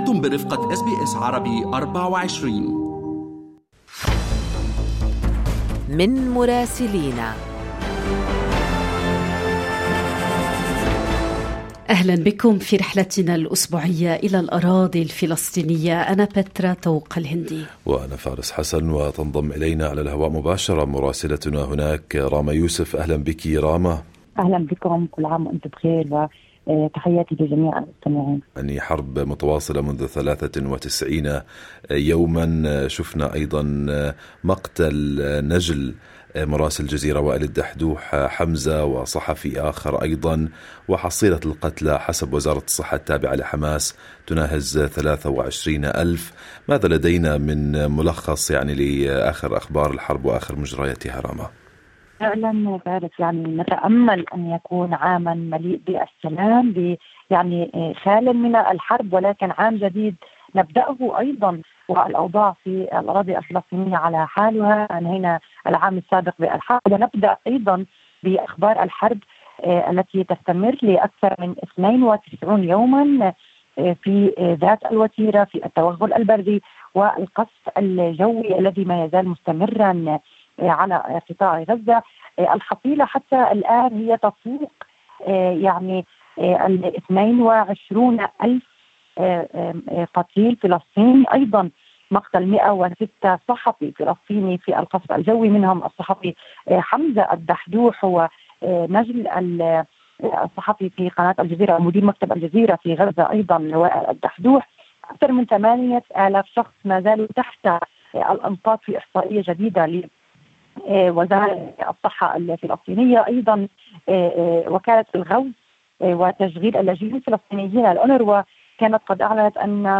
أنتم برفقة SBS عربي 24. من مراسلينا. أهلا بكم في رحلتنا الأسبوعية إلى الأراضي الفلسطينية. أنا بترا توق الهندي وأنا فارس حسن، وتنضم إلينا على الهواء مباشرة مراسلتنا هناك راما يوسف. أهلا بك راما. أهلا بكم، كل عام وأنتم بخير، وتحياتي لجميع المستمعين. يعني حرب متواصلة منذ 93 يوما. شفنا أيضا مقتل نجل مراسل الجزيرة وائل الدحدوح حمزة وصحفي آخر أيضا، وحصيلة القتلى حسب وزارة الصحة التابعة لحماس تناهز 23,000. ماذا لدينا من ملخص يعني لآخر أخبار الحرب وآخر مجرياتها راما؟ فعلا فارس، يعني نتأمل أن يكون عاما مليء بالسلام، يعني خال من الحرب، ولكن عام جديد نبدأه أيضا والأوضاع في الأراضي الفلسطينية على حالها. أنهينا العام السابق بالحرب ونبدأ أيضا بأخبار الحرب التي تستمر لأكثر من 92 يوما في ذات الوتيرة، في التوغل البري والقصف الجوي الذي ما يزال مستمرا على قطاع غزة. الحصيلة حتى الآن هي تفوق يعني 22,000 قتيل فلسطيني، أيضا مقتل 106 صحفي فلسطيني في القصف الجوي، منهم الصحفي حمزة الدحدوح، هو نجل الصحفي في قناة الجزيرة ومدير مكتب الجزيرة في غزة، أيضا وائل الدحدوح. أكثر من 8,000 شخص ما زالوا تحت الأنقاض في إحصائية جديدة وزارة الصحة الفلسطينية. أيضا وكالة الغوث وتشغيل اللاجئين الفلسطينيين الأونروا كانت قد أعلنت أن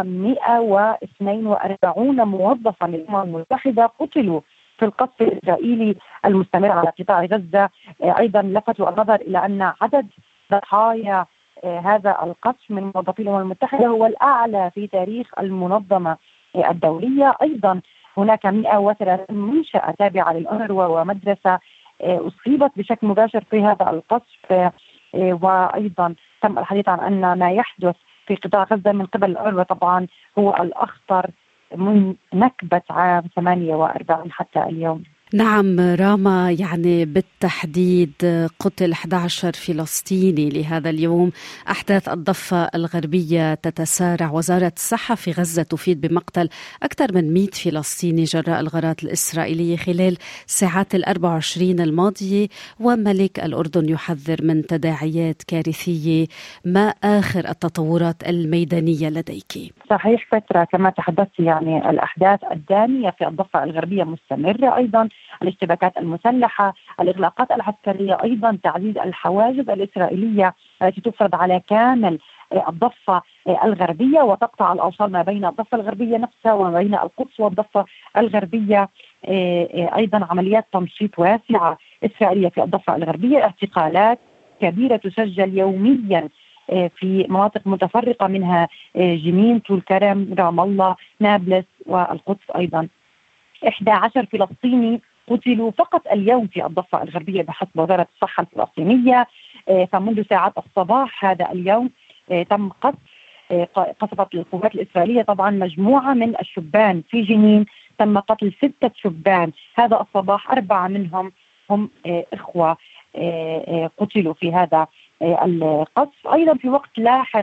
142 موظفا للأمم المتحدة قتلوا في القصف الإسرائيلي المستمر على قطاع غزة. أيضا لفتوا النظر إلى أن عدد ضحايا هذا القصف من موظفي الأمم المتحدة هو الأعلى في تاريخ المنظمة الدولية. أيضا هناك 103 منشأة تابعة للأونروا ومدرسة أصيبت بشكل مباشر في هذا القصف. وأيضا تم الحديث عن أن ما يحدث في قطاع غزة من قبل الأونروا طبعا هو الأخطر من نكبة عام 48 حتى اليوم. نعم راما، يعني بالتحديد قتل 11 فلسطيني لهذا اليوم. أحداث الضفة الغربية تتسارع. وزارة الصحة في غزة تفيد بمقتل أكثر من 100 فلسطيني جراء الغارات الإسرائيلية خلال ساعات 24 الماضية، وملك الأردن يحذر من تداعيات كارثية. ما آخر التطورات الميدانية لديك؟ صحيح فترة، كما تحدثت يعني الأحداث الدامية في الضفة الغربية مستمرة، أيضا الاشتباكات المسلحة، الإغلاقات العسكرية، أيضا تعزيز الحواجز الإسرائيلية التي تفرض على كامل الضفة الغربية وتقطع الأوصال ما بين الضفة الغربية نفسها وما بين القدس والضفة الغربية. أيضا عمليات تمشيط واسعة إسرائيلية في الضفة الغربية، اعتقالات كبيرة تسجل يوميا في مناطق متفرقة منها جنين، طول كرم، رام الله، نابلس والقدس. أيضا 11 فلسطيني قتلوا فقط اليوم في الضفة الغربية بحسب وزارة الصحة الفلسطينية. فمنذ ساعات الصباح هذا اليوم تم قصفت القوات الإسرائيلية طبعا مجموعة من الشبان في جنين، تم قتل 6 شبان هذا الصباح، 4 منهم هم إخوة قتلوا في هذا القصف. أيضا في وقت لاحق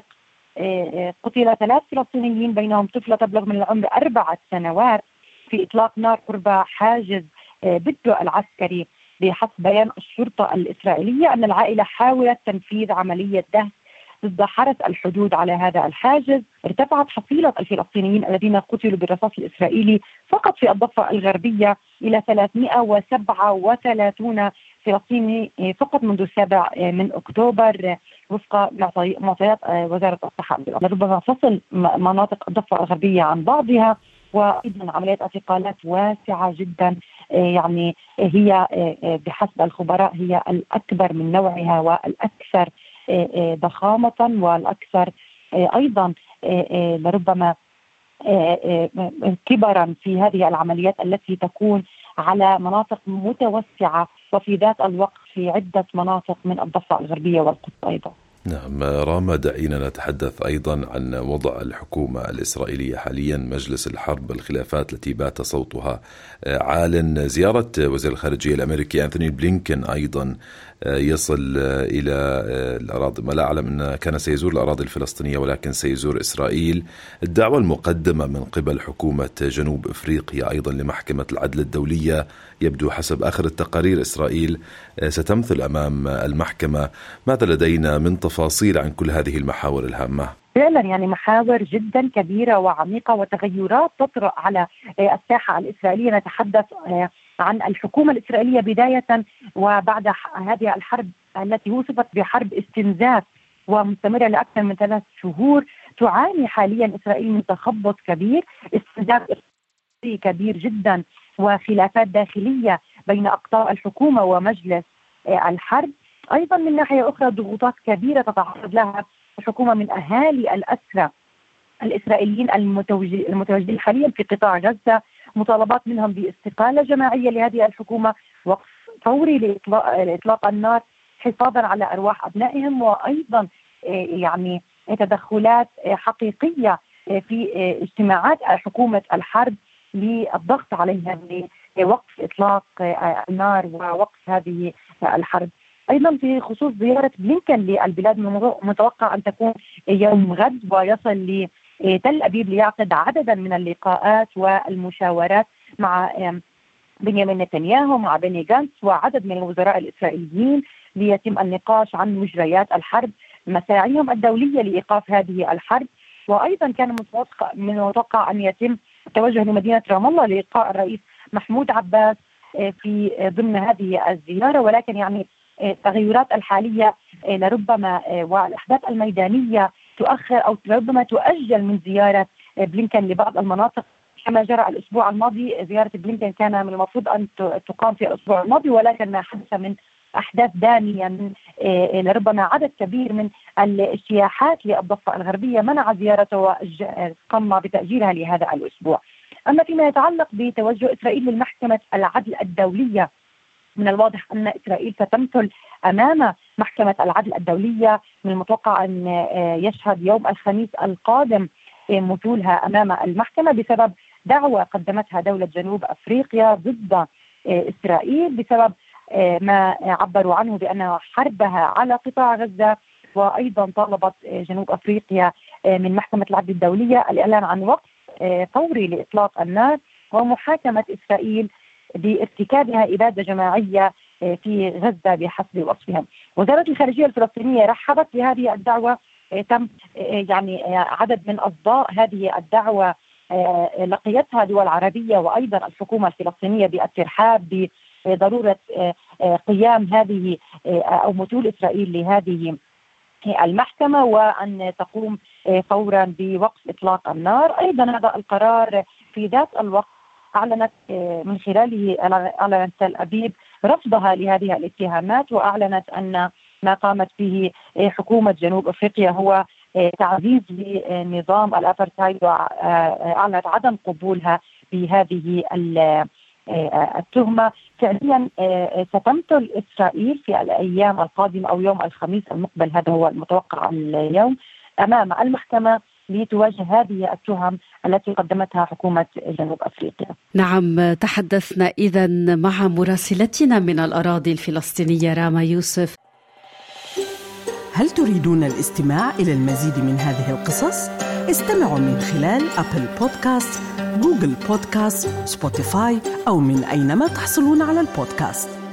قتل 3 فلسطينيين بينهم طفلة تبلغ من العمر 4 سنوات في إطلاق نار قرب حاجز بدو العسكري. بحسب بيان الشرطة الإسرائيلية أن العائلة حاولت تنفيذ عملية دهس ضد حرس الحدود على هذا الحاجز. ارتفعت حصيلة الفلسطينيين الذين قتلوا بالرصاص الإسرائيلي فقط في الضفة الغربية إلى 337 فلسطيني فقط منذ 7 من أكتوبر وفق معطيات وزارة الصحة. لربما فصل مناطق الضفة الغربية عن بعضها، وأيضا عمليات اعتقالات واسعة جدا، يعني هي بحسب الخبراء هي الأكبر من نوعها والأكثر ضخامة والأكثر أيضا لربما كبرا في هذه العمليات التي تكون على مناطق متوسعة وفي ذات الوقت في عدة مناطق من الضفة الغربية والقدس أيضا. نعم راما، دعينا نتحدث أيضا عن وضع الحكومة الإسرائيلية حاليا، مجلس الحرب، الخلافات التي بات صوتها عال. زيارة وزير الخارجية الأمريكي أنتوني بلينكن أيضا يصل إلى الأراضي، ما لا أعلم أنه كان سيزور الأراضي الفلسطينية ولكن سيزور إسرائيل. الدعوة المقدمة من قبل حكومة جنوب أفريقيا أيضا لمحكمة العدل الدولية، يبدو حسب آخر التقارير إسرائيل ستمثل أمام المحكمة. ماذا لدينا من تفاصيل عن كل هذه المحاور الهامة؟ فعلا يعني محاور جدا كبيرة وعميقة وتغيرات تطرأ على الساحة الإسرائيلية. نتحدث عن الحكومة الإسرائيلية بداية وبعد هذه الحرب التي وصفت بحرب استنزاف ومستمرة لأكثر من 3 شهور. تعاني حاليا إسرائيل من تخبط كبير، استنزاف كبير جدا، وخلافات داخلية بين أقطاب الحكومة ومجلس الحرب. أيضا من ناحية أخرى ضغوطات كبيرة تتعرض لها الحكومة من أهالي الأسرى الإسرائيليين المتواجدين حاليا في قطاع غزة، مطالبات منهم باستقالة جماعية لهذه الحكومة، وقف فوري لإطلاق النار حفاظا على أرواح أبنائهم، وأيضا يعني تدخلات حقيقية في اجتماعات حكومة الحرب للضغط عليها لوقف إطلاق النار ووقف هذه الحرب. أيضا في خصوص زيارة بلينكن للبلاد، متوقع أن تكون يوم غد ويصل لتل أبيب ليعقد عددا من اللقاءات والمشاورات مع بنيامين نتنياهو، مع بني جانتس وعدد من الوزراء الإسرائيليين، ليتم النقاش عن مجريات الحرب، مساعيهم الدولية لإيقاف هذه الحرب. وأيضا كان من المتوقع أن يتم التوجه لمدينة رام الله لإلقاء الرئيس محمود عباس في ضمن هذه الزيارة. ولكن يعني التغيرات الحالية لربما والأحداث الميدانية تؤخر أو ربما تؤجل من زيارة بلينكن لبعض المناطق كما جرى الأسبوع الماضي. زيارة بلينكن كان من المفروض أن تقام في الأسبوع الماضي، ولكن ما حدث من أحداث دامية من لربما عدد كبير من الاجتياحات للضفة الغربية منع زيارته وقام بتأجيلها لهذا الأسبوع. أما فيما يتعلق بتوجه إسرائيل للمحكمة العدل الدولية، من الواضح أن إسرائيل ستمثل أمام محكمة العدل الدولية. من المتوقع أن يشهد يوم الخميس القادم مثولها أمام المحكمة بسبب دعوة قدمتها دولة جنوب أفريقيا ضد إسرائيل بسبب ما عبروا عنه بأنها حربها على قطاع غزة. وأيضا طالبت جنوب أفريقيا من محكمة العدل الدولية الإعلان عن وقف فوري لإطلاق النار ومحاكمة إسرائيل بارتكابها إبادة جماعية في غزة بحسب وصفهم. وزارة الخارجية الفلسطينية رحبت بهذه الدعوة. تم يعني عدد من أصداء هذه الدعوة لقيتها دول عربية وأيضا الحكومة الفلسطينية بالترحاب بضرورة قيام هذه أو مثول إسرائيل لهذه المحكمة وأن تقوم فورا بوقف إطلاق النار. أيضا هذا القرار في ذات الوقت أعلنت من خلاله أعلنت تل أبيب رفضها لهذه الاتهامات، وأعلنت أن ما قامت به حكومة جنوب أفريقيا هو تعزيز لنظام الأبرتايد، وأعلنت عدم قبولها بهذه التهمة. فعليا ستمثل إسرائيل في الأيام القادمة أو يوم الخميس المقبل، هذا هو المتوقع اليوم، أمام المحكمة لتواجه هذه التهم التي قدمتها حكومة جنوب أفريقيا. نعم، تحدثنا إذن مع مراسلتنا من الأراضي الفلسطينية راما يوسف. هل تريدون الاستماع إلى المزيد من هذه القصص؟ استمعوا من خلال أبل بودكاست، جوجل بودكاست، سبوتيفاي أو من أينما تحصلون على البودكاست.